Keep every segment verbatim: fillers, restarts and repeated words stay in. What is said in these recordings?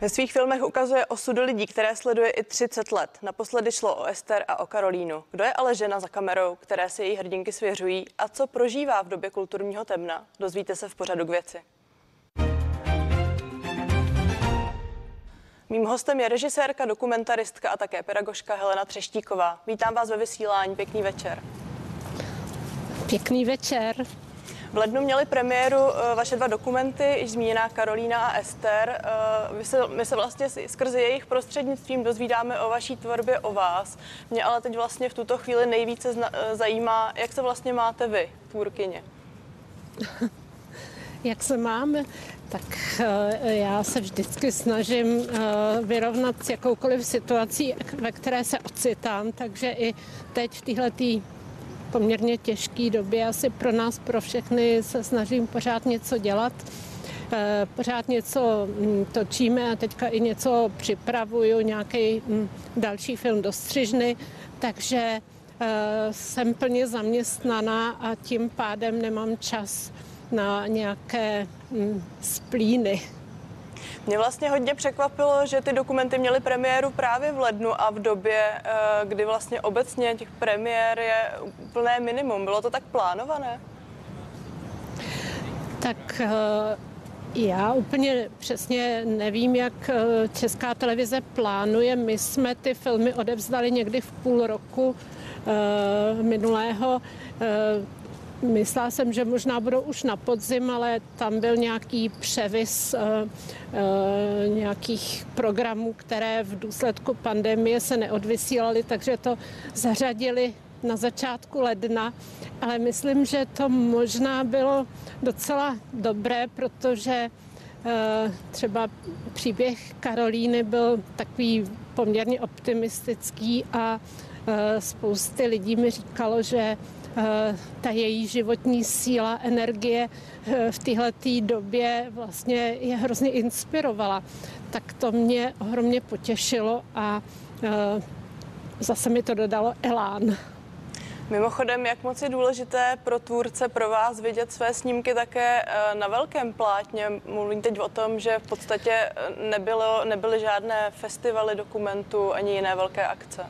Ve svých filmech ukazuje osudy lidí, které sleduje i třicet let. Naposledy šlo o Ester a o Karolínu. Kdo je ale žena za kamerou, které se její hrdinky svěřují a co prožívá v době kulturního temna? Dozvíte se v pořadu K věci. Mým hostem je režisérka, dokumentaristka a také pedagožka Helena Třeštíková. Vítám vás ve vysílání, pěkný večer. Pěkný večer. V lednu měly premiéru vaše dva dokumenty, již zmíněná Karolína a Ester. My se, my se vlastně skrze jejich prostřednictvím dozvídáme o vaší tvorbě, o vás. Mě ale teď vlastně v tuto chvíli nejvíce zna, zajímá, jak se vlastně máte vy, tvůrkyně. Jak se máme? Tak já se vždycky snažím vyrovnat s jakoukoliv situací, ve které se ocitám, takže i teď v téhletý poměrně těžké době asi pro nás, pro všechny se snažím pořád něco dělat. Pořád něco točíme a teďka i něco připravuju, nějaký další film do střižny, takže jsem plně zaměstnaná a tím pádem nemám čas na nějaké splíny. Mě vlastně hodně překvapilo, že ty dokumenty měly premiéru právě v lednu a v době, kdy vlastně obecně těch premiér je úplné minimum. Bylo to tak plánované? Tak já úplně přesně nevím, jak Česká televize plánuje. My jsme ty filmy odevzdali někdy v půl roku minulého. Myslela jsem, že možná budou už na podzim, ale tam byl nějaký převis uh, uh, nějakých programů, které v důsledku pandemie se neodvysílaly, takže to zařadili na začátku ledna. Ale myslím, že to možná bylo docela dobré, protože uh, třeba příběh Karolíny byl takový poměrně optimistický a uh, spousty lidí mi říkalo, že ta její životní síla, energie v téhleté době vlastně je hrozně inspirovala. Tak to mě ohromně potěšilo a zase mi to dodalo elán. Mimochodem, jak moc je důležité pro tvůrce, pro vás vidět své snímky také na velkém plátně? Mluvím teď o tom, že v podstatě nebylo, nebyly žádné festivaly dokumentů ani jiné velké akce.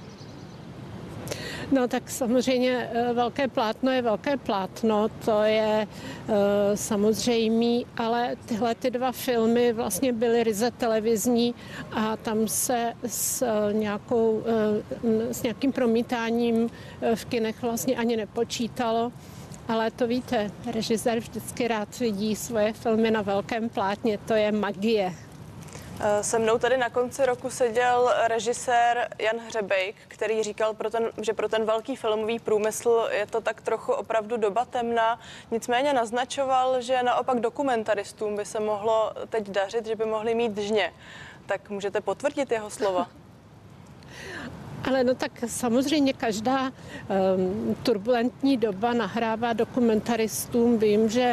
No tak samozřejmě velké plátno je velké plátno, to je uh, samozřejmý, ale tyhle ty dva filmy vlastně byly ryze televizní a tam se s, uh, nějakou, uh, s nějakým promítáním v kinech vlastně ani nepočítalo. Ale to víte, režisér vždycky rád vidí svoje filmy na velkém plátně, to je magie. Se mnou tady na konci roku seděl režisér Jan Hřebejk, který říkal, pro ten, že pro ten velký filmový průmysl je to tak trochu opravdu doba temna. Nicméně naznačoval, že naopak dokumentaristům by se mohlo teď dařit, že by mohli mít žně. Tak můžete potvrdit jeho slova? Ale no tak samozřejmě každá um, turbulentní doba nahrává dokumentaristům. Vím, že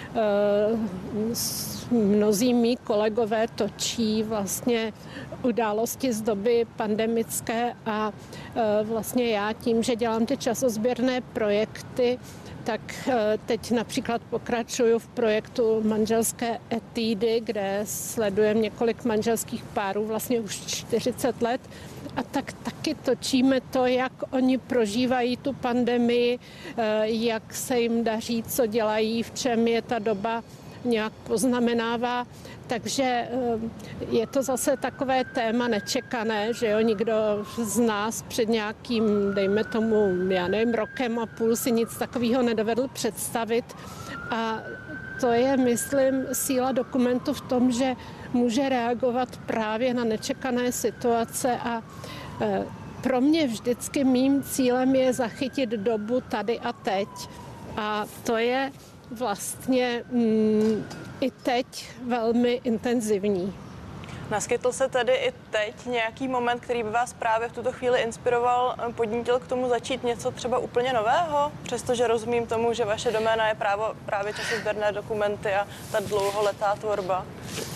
uh, mnozí mý kolegové točí vlastně události z doby pandemické a uh, vlastně já tím, že dělám ty časozběrné projekty, tak teď například pokračuju v projektu Manželské etídy, kde sledujeme několik manželských párů vlastně už čtyřicet let. A tak taky točíme to, jak oni prožívají tu pandemii, jak se jim daří, co dělají, v čem je ta doba nějak poznamenává. Takže je to zase takové téma nečekané, že jo, nikdo z nás před nějakým, dejme tomu, já nevím, rokem a půl si nic takového nedovedl představit. A to je, myslím, síla dokumentu v tom, že může reagovat právě na nečekané situace a pro mě vždycky mým cílem je zachytit dobu tady a teď. A to je vlastně mm, i teď velmi intenzivní. Naskytl se tedy i teď nějaký moment, který by vás právě v tuto chvíli inspiroval, podnítil k tomu začít něco třeba úplně nového? Přestože rozumím tomu, že vaše doména je právo, právě časozběrné dokumenty a ta dlouholetá tvorba.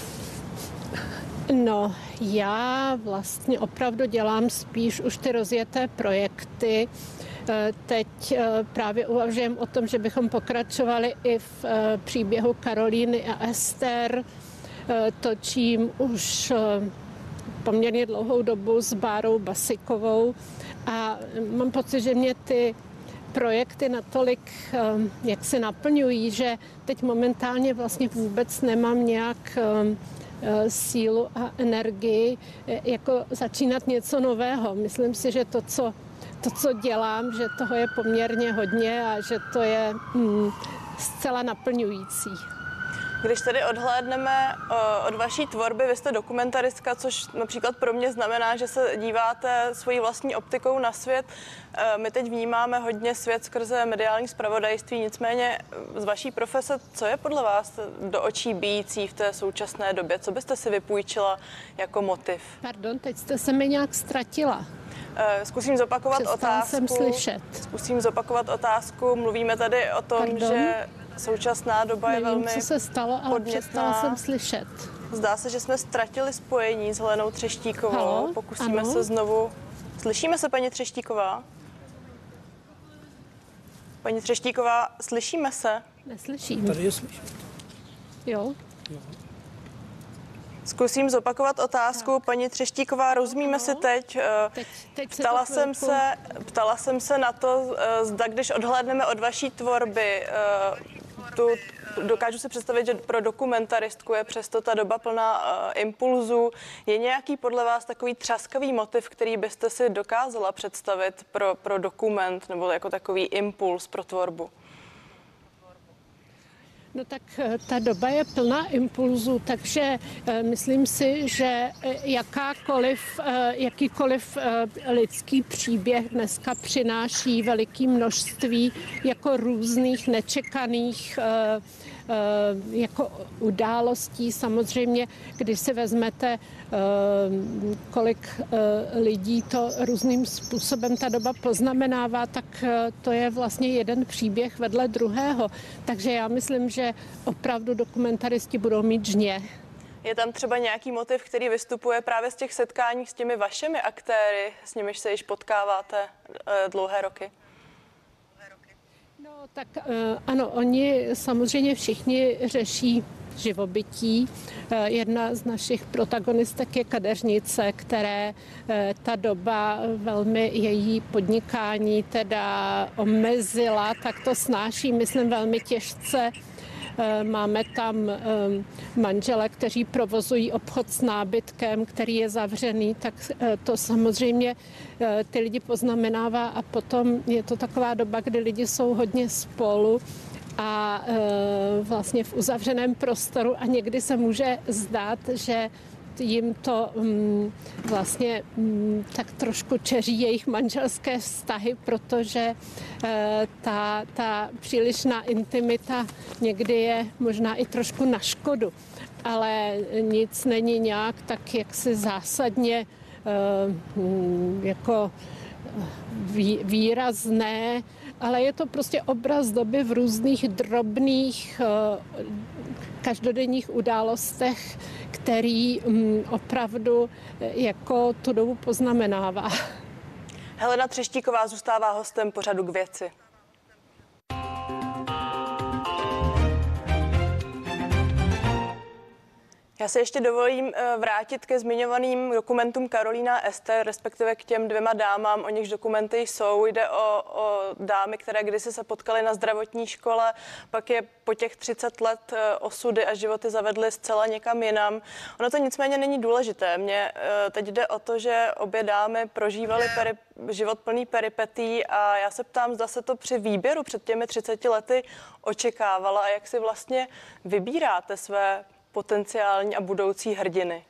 No, já vlastně opravdu dělám spíš už ty rozjeté projekty. Teď právě uvažujeme o tom, že bychom pokračovali i v příběhu Karolíny a Ester. točím už poměrně dlouhou dobu s Bárou Basikovou a mám pocit, že mě ty projekty natolik jak se naplňují, že teď momentálně vlastně vůbec nemám nějak sílu a energii jako začínat něco nového. Myslím si, že to, co, to, co dělám, že toho je poměrně hodně a že to je mm, zcela naplňující. Když tedy odhlédneme od vaší tvorby, vy jste dokumentaristka, což například pro mě znamená, že se díváte svojí vlastní optikou na svět. My teď vnímáme hodně svět skrze mediální zpravodajství, nicméně z vaší profese, co je podle vás do očí bijící v té současné době? Co byste si vypůjčila jako motiv? Pardon, teď jste se mi nějak ztratila. Zkusím zopakovat Přestala otázku. jsem slyšet. Zkusím zopakovat otázku. Mluvíme tady o tom, Pardon? že současná doba Nevím, je velmi co se stalo, ale podnětná. přestala jsem slyšet. Zdá se, že jsme ztratili spojení s Helenou Třeštíkovou. Halo? Pokusíme Ano? se znovu. Slyšíme se, paní Třeštíková? Paní Třeštíková, slyšíme se? Neslyším. Tady je slyšet. Jo? Zkusím zopakovat otázku. Tak. Paní Třeštíková, rozumíme Ano. si teď? Teď, teď se Ptala to jsem, chvilku... se, ptala jsem se na to, zda když odhlédneme od vaší tvorby, tu, dokážu si představit, že pro dokumentaristku je přesto ta doba plná uh, impulzů. Je nějaký podle vás takový třaskavý motiv, který byste si dokázala představit pro, pro dokument nebo jako takový impuls pro tvorbu? No tak ta doba je plná impulzů, takže myslím si, že jakákoliv, jakýkoliv lidský příběh dneska přináší veliké množství jako různých nečekaných jako událostí. Samozřejmě, když si vezmete, kolik lidí to různým způsobem ta doba poznamenává, tak to je vlastně jeden příběh vedle druhého. Takže já myslím, že opravdu dokumentaristi budou mít žně. Je tam třeba nějaký motiv, který vystupuje právě z těch setkání s těmi vašimi aktéry, s nimiž se již potkáváte dlouhé roky? No tak ano, oni samozřejmě všichni řeší živobytí. Jedna z našich protagonistek je kadeřnice, které ta doba velmi její podnikání teda omezila, tak to snáší, myslím, velmi těžce. Máme tam manžele, kteří provozují obchod s nábytkem, který je zavřený, tak to samozřejmě ty lidi poznamenává a potom je to taková doba, kdy lidi jsou hodně spolu a vlastně v uzavřeném prostoru a někdy se může zdát, že jim to um, vlastně um, tak trošku čeří jejich manželské vztahy, protože uh, ta, ta přílišná intimita někdy je možná i trošku na škodu, ale nic není nějak tak jaksi zásadně uh, um, jako vý, výrazné, ale je to prostě obraz doby v různých drobných uh, každodenních událostech, který um, opravdu jako tu dobu poznamenává. Helena Třeštíková zůstává hostem pořadu K věci. Já se ještě dovolím vrátit ke zmiňovaným dokumentům Karolína Ester, respektive k těm dvěma dámám, o nichž dokumenty jsou. Jde o, o dámy, které kdysi se potkaly na zdravotní škole, pak je po těch třicet let osudy a životy zavedly zcela někam jinam. Ono to nicméně není důležité. Mně teď jde o to, že obě dámy prožívaly peri, život plný peripetí a já se ptám, zda se to při výběru před těmi třiceti lety očekávala a jak si vlastně vybíráte své potenciální a budoucí hrdiny?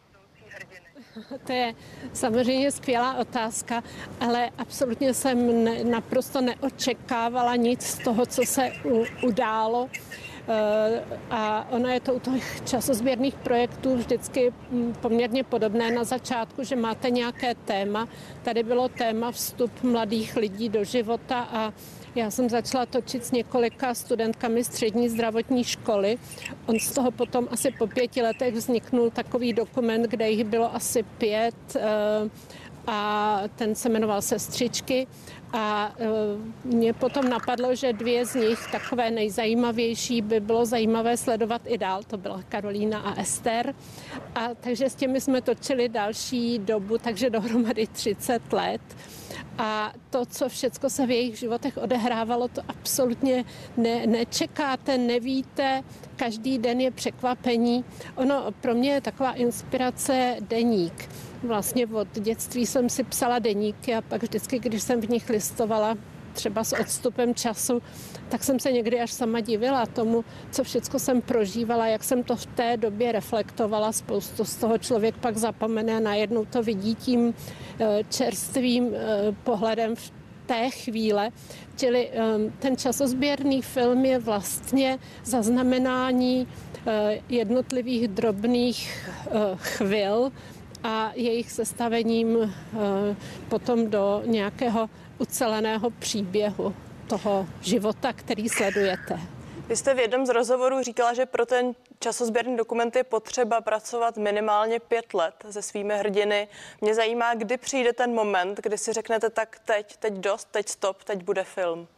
To je samozřejmě skvělá otázka, ale absolutně jsem ne, naprosto neočekávala nic z toho, co se u, událo. A ono je to u těch časozběrných projektů vždycky poměrně podobné na začátku, že máte nějaké téma. Tady bylo téma vstup mladých lidí do života a já jsem začala točit s několika studentkami střední zdravotní školy. On z toho potom asi po pěti letech vzniknul takový dokument, kde jich bylo asi pět. a ten se jmenoval Sestřičky. A e, mě potom napadlo, že dvě z nich, takové nejzajímavější, by bylo zajímavé sledovat i dál. To byla Karolína a Ester. A takže s těmi jsme točili další dobu, takže dohromady třicet let. A to, co všecko se v jejich životech odehrávalo, to absolutně ne, nečekáte, nevíte. Každý den je překvapení. Ono pro mě je taková inspirace deník. Vlastně od dětství jsem si psala deníky a pak vždycky, když jsem v nich listovala, třeba s odstupem času, tak jsem se někdy až sama divila tomu, co všecko jsem prožívala, jak jsem to v té době reflektovala. Spoustu z toho člověk pak zapomene a najednou to vidí tím čerstvým pohledem v té chvíle. Čili ten časozběrný film je vlastně zaznamenání jednotlivých drobných chvil a jejich sestavením potom do nějakého uceleného příběhu toho života, který sledujete. Vy jste v jednom z rozhovorů říkala, že pro ten časozběrný dokument je potřeba pracovat minimálně pět let se svými hrdiny. Mě zajímá, kdy přijde ten moment, kdy si řeknete tak teď, teď dost, teď stop, teď bude film.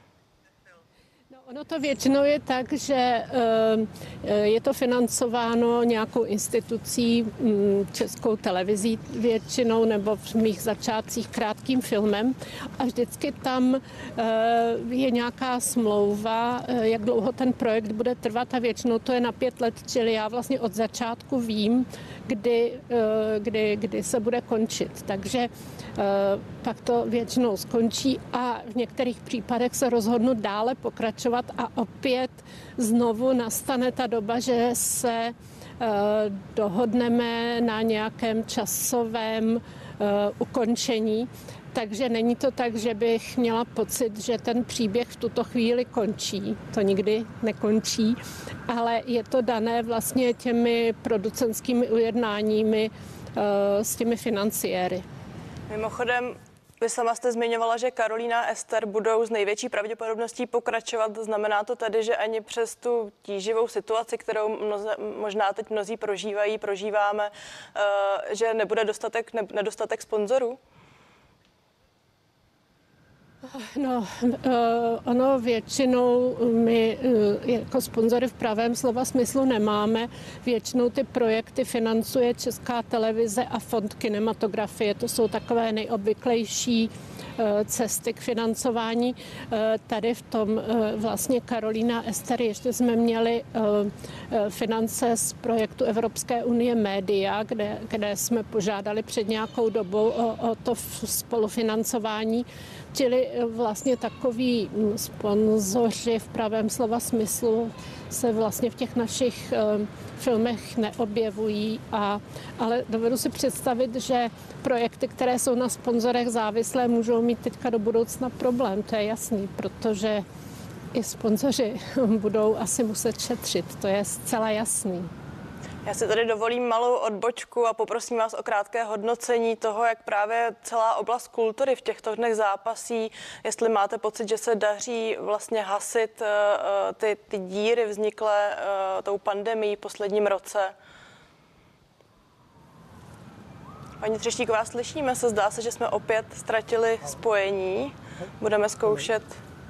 Ono to většinou je tak, že je to financováno nějakou institucí, Českou televizí většinou, nebo v mých začátcích krátkým filmem a vždycky tam je nějaká smlouva, jak dlouho ten projekt bude trvat a většinou to je na pět let, čili já vlastně od začátku vím, kdy, kdy, kdy se bude končit. Takže pak to většinou skončí a v některých případech se rozhodnu dále pokračovat a opět znovu nastane ta doba, že se dohodneme na nějakém časovém ukončení. Takže není to tak, že bych měla pocit, že ten příběh v tuto chvíli končí. To nikdy nekončí, ale je to dané vlastně těmi producentskými ujednáními s těmi financiéry. Mimochodem, vy sama jste zmiňovala, že Karolína a Ester budou s největší pravděpodobností pokračovat. Znamená to tedy, že ani přes tu tíživou situaci, kterou mnoze, možná teď mnozí prožívají, prožíváme, že nebude dostatek, ne, nedostatek sponzorů? No, ono většinou my jako sponzory v pravém slova smyslu nemáme. Většinou ty projekty financuje Česká televize a Fond kinematografie. To jsou takové nejobvyklejší cesty k financování. Tady v tom vlastně Karolína a Ester ještě jsme měli finance z projektu Evropské unie Média, kde, kde jsme požádali před nějakou dobou o, o to spolufinancování. Čili vlastně takoví sponzoři v pravém slova smyslu se vlastně v těch našich filmech neobjevují, a, ale dovedu si představit, že projekty, které jsou na sponzorech závislé, můžou mít teďka do budoucna problém, to je jasný, protože i sponzoři budou asi muset šetřit, to je zcela jasný. Já si tady dovolím malou odbočku a poprosím vás o krátké hodnocení toho, jak právě celá oblast kultury v těchto dnech zápasí, jestli máte pocit, že se daří vlastně hasit ty, ty díry vzniklé tou pandemií v posledním roce. Paní Třeštíková, slyšíme se, zdá se, že jsme opět ztratili spojení. Budeme zkoušet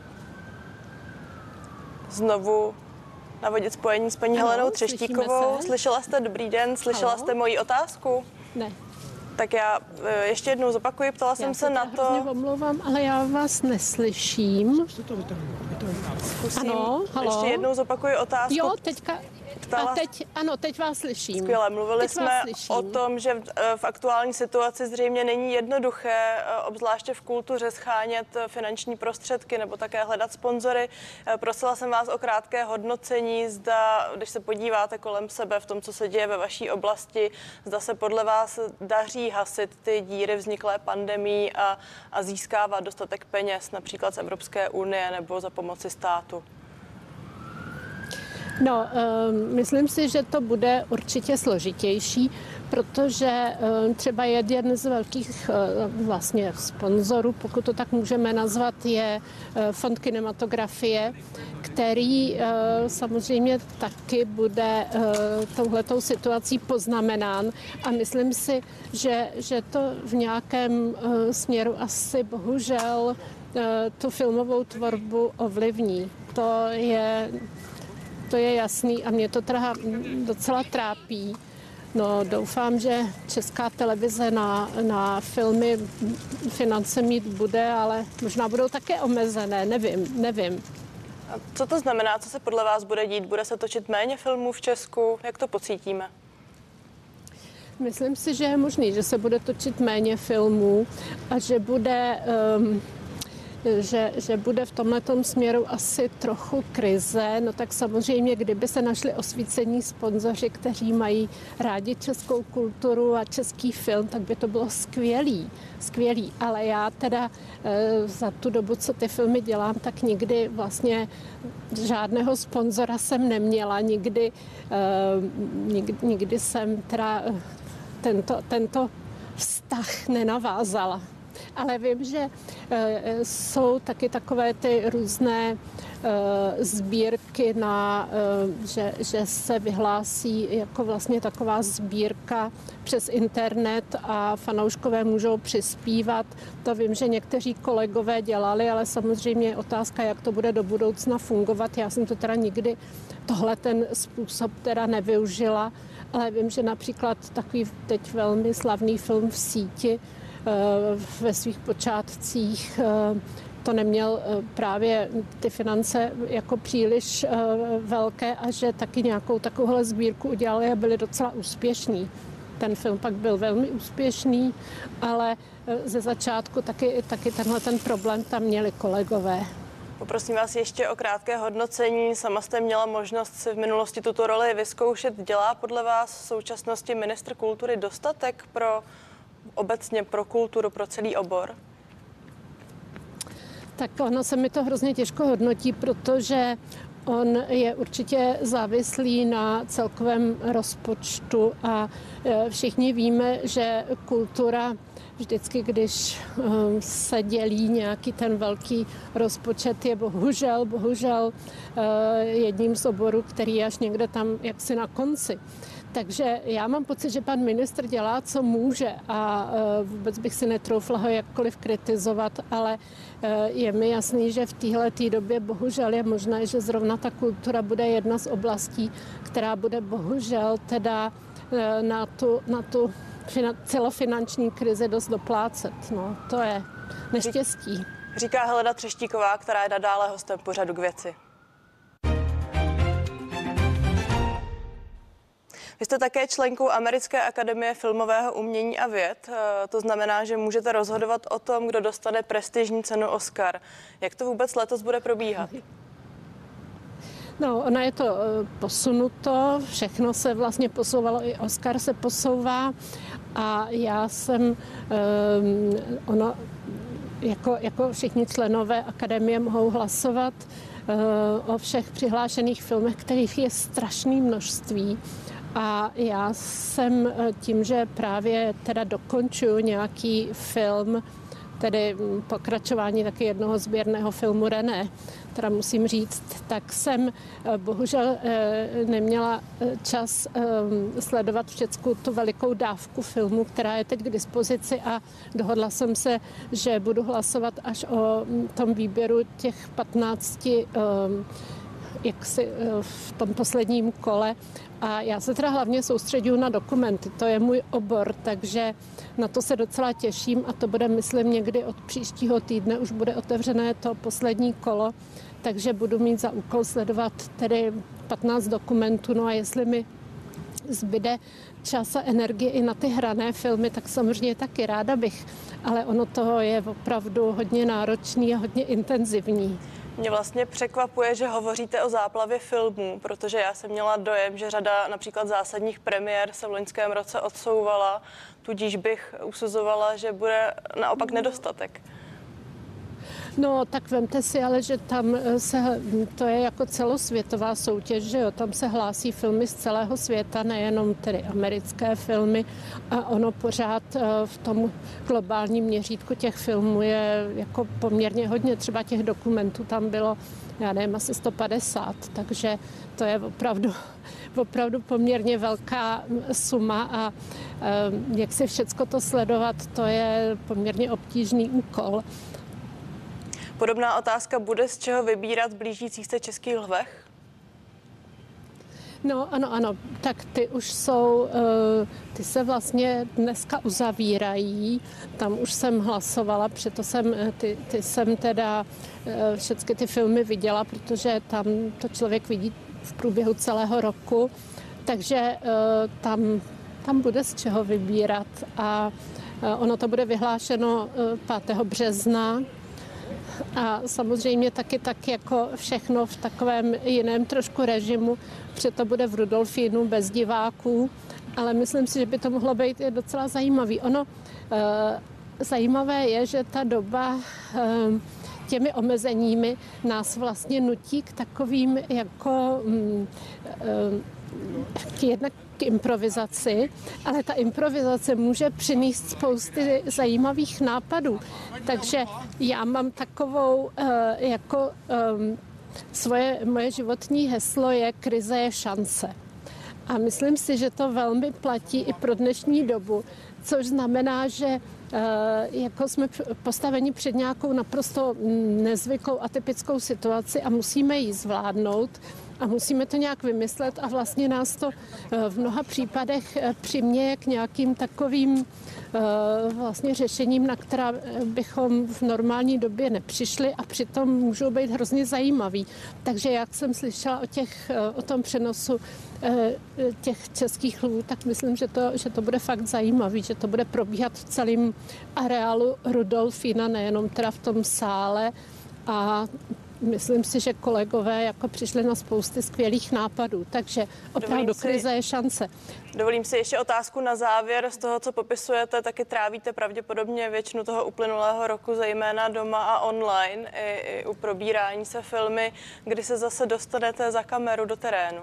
znovu navodit spojení s paní ano, Helenou Třeštíkovou. Slyšela jste, dobrý den, slyšela ano. jste moji otázku? Ne. Tak já ještě jednou zopakuji, ptala já jsem se na to. Já se omlouvám, ale já vás neslyším. Zkusím, ano, halo. Ještě jednou zopakuji otázku. Jo, teďka. Ptala... A teď, ano, teď vás slyším. Skvěle, mluvili teď jsme o tom, že v, v aktuální situaci zřejmě není jednoduché, obzvláště v kultuře, schánět finanční prostředky nebo také hledat sponzory. Prosila jsem vás o krátké hodnocení, zda, když se podíváte kolem sebe v tom, co se děje ve vaší oblasti, zda se podle vás daří hasit ty díry vzniklé pandemií a, a získávat dostatek peněz, například z Evropské unie nebo za pomoci státu. No, myslím si, že to bude určitě složitější, protože třeba jeden z velkých vlastně sponzorů, pokud to tak můžeme nazvat, je Fond kinematografie, který samozřejmě taky bude touhletou situací poznamenán a myslím si, že, že to v nějakém směru asi bohužel tu filmovou tvorbu ovlivní. To je, to je jasný a mě to teda docela trápí. No, doufám, že Česká televize na, na filmy finance mít bude, ale možná budou také omezené, nevím, nevím. A co to znamená, co se podle vás bude dít? Bude se točit méně filmů v Česku? Jak to pocítíme? Myslím si, že je možný, že se bude točit méně filmů a že bude... Um, Že, že bude v tomhletom směru asi trochu krize, no tak samozřejmě, kdyby se našli osvícení sponzoři, kteří mají rádi českou kulturu a český film, tak by to bylo skvělý, skvělý. Ale já teda e, za tu dobu, co ty filmy dělám, tak nikdy vlastně žádného sponzora jsem neměla, nikdy, e, nikdy, nikdy jsem teda tento, tento vztah nenavázala. Ale vím, že e, jsou taky takové ty různé e, sbírky, na, e, že, že se vyhlásí jako vlastně taková sbírka přes internet a fanouškové můžou přispívat. To vím, že někteří kolegové dělali, ale samozřejmě je otázka, jak to bude do budoucna fungovat. Já jsem to teda nikdy tohle ten způsob teda nevyužila, ale vím, že například takový teď velmi slavný film V síti ve svých počátcích to neměl právě ty finance jako příliš velké a že taky nějakou takovouhle sbírku udělali a byli docela úspěšní. Ten film pak byl velmi úspěšný, ale ze začátku taky, taky tenhle ten problém tam měli kolegové. Poprosím vás ještě o krátké hodnocení. Sama jste měla možnost si v minulosti tuto roli vyzkoušet. Dělá podle vás v současnosti ministr kultury dostatek pro obecně pro kulturu, pro celý obor? Tak ono se mi to hrozně těžko hodnotí, protože on je určitě závislý na celkovém rozpočtu a všichni víme, že kultura vždycky, když se dělí nějaký ten velký rozpočet, je bohužel, bohužel jedním z oborů, který je až někde tam jaksi na konci. Takže já mám pocit, že pan ministr dělá, co může a vůbec bych si netroufla ho jakkoliv kritizovat, ale je mi jasný, že v téhleté době bohužel je možné, že zrovna ta kultura bude jedna z oblastí, která bude bohužel teda na tu, na tu celofinanční krizi dost doplácet. No, to je neštěstí. Říká Helena Třeštíková, která je nadále hostem pořadu K věci. Vy jste také členkou Americké akademie filmového umění a věd. To znamená, že můžete rozhodovat o tom, kdo dostane prestižní cenu Oscar. Jak to vůbec letos bude probíhat? No, ona je to posunuto, všechno se vlastně posouvalo, i Oscar se posouvá a já jsem, um, ono, jako, jako všichni členové akademie mohou hlasovat uh, o všech přihlášených filmech, kterých je strašné množství. A já jsem tím, že právě teda dokončuju nějaký film, tedy pokračování taky jednoho sběrného filmu René, teda musím říct, tak jsem bohužel neměla čas sledovat všecku tu velikou dávku filmu, která je teď k dispozici a dohodla jsem se, že budu hlasovat až o tom výběru těch patnácti jak si v tom posledním kole. A já se teda hlavně soustředuju na dokumenty, to je můj obor, takže na to se docela těším a to bude, myslím, někdy od příštího týdne už bude otevřené to poslední kolo, takže budu mít za úkol sledovat tedy patnáct dokumentů, no a jestli mi zbyde čas a energie i na ty hrané filmy, tak samozřejmě taky ráda bych, ale ono toho je opravdu hodně náročný a hodně intenzivní. Mě vlastně překvapuje, že hovoříte o záplavě filmů, protože já jsem měla dojem, že řada například zásadních premiér se v loňském roce odsouvala, tudíž bych usuzovala, že bude naopak nedostatek. No, tak vemte si, ale že tam se, to je jako celosvětová soutěž, že jo, tam se hlásí filmy z celého světa, nejenom tedy americké filmy a ono pořád v tom globálním měřítku těch filmů je jako poměrně hodně, třeba těch dokumentů tam bylo, já nevím, asi sto padesát, takže to je opravdu, opravdu poměrně velká suma a jak si všecko to sledovat, to je poměrně obtížný úkol. Podobná otázka, bude z čeho vybírat v blížících se Českých lvech? No ano, ano, tak ty už jsou, ty se vlastně dneska uzavírají, tam už jsem hlasovala, proto jsem, ty, ty jsem teda všechny ty filmy viděla, protože tam to člověk vidí v průběhu celého roku, takže tam, tam bude z čeho vybírat a ono to bude vyhlášeno pátého března. A samozřejmě taky tak jako všechno v takovém jiném trošku režimu, protože to bude v Rudolfínu bez diváků, ale myslím si, že by to mohlo být docela zajímavý. Ono e, zajímavé je, že ta doba e, těmi omezeními nás vlastně nutí k takovým jako e, k jednak k improvizaci, ale ta improvizace může přinést spousty zajímavých nápadů. Takže já mám takovou jako svoje, moje životní heslo je krize je šance. A myslím si, že to velmi platí i pro dnešní dobu, což znamená, že jako jsme postaveni před nějakou naprosto nezvyklou atypickou situaci a musíme ji zvládnout a musíme to nějak vymyslet a vlastně nás to v mnoha případech přiměje k nějakým takovým vlastně řešením, na která bychom v normální době nepřišli a přitom můžou být hrozně zajímavý. Takže jak jsem slyšela o, těch, o tom přenosu těch českých lvů, tak myslím, že to, že to bude fakt zajímavý, že to bude probíhat v celém areálu Rudolfína, nejenom teda v tom sále a myslím si, že kolegové jako přišli na spousty skvělých nápadů, takže opravdu si, krize je šance. Dovolím si ještě otázku na závěr. Z toho, co popisujete, taky trávíte pravděpodobně většinu toho uplynulého roku, zejména doma a online, i, i u probírání se filmy, kdy se zase dostanete za kameru do terénu.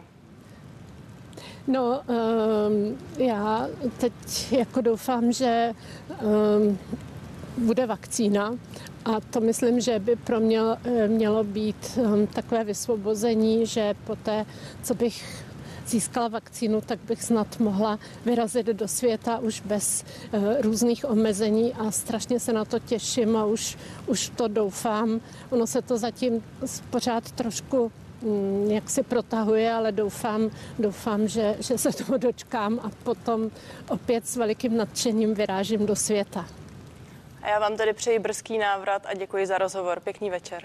No, um, já teď jako doufám, že um, bude vakcína a to myslím, že by pro mě mělo být um, takové vysvobození, že poté, co bych získala vakcínu, tak bych snad mohla vyrazit do světa už bez uh, různých omezení a strašně se na to těším a už, už to doufám. Ono se to zatím pořád trošku jak si protahuje, ale doufám, doufám že, že se toho dočkám a potom opět s velikým nadšením vyrážím do světa. A já vám tedy přeji brzký návrat a děkuji za rozhovor. Pěkný večer.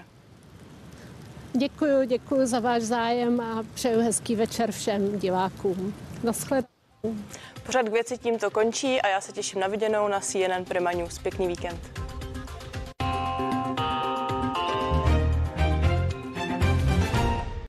Děkuji, děkuji za váš zájem a přeju hezký večer všem divákům. Naschledanou. Pořad k věci tímto končí a já se těším na viděnou na C N N Prima News. Pěkný víkend.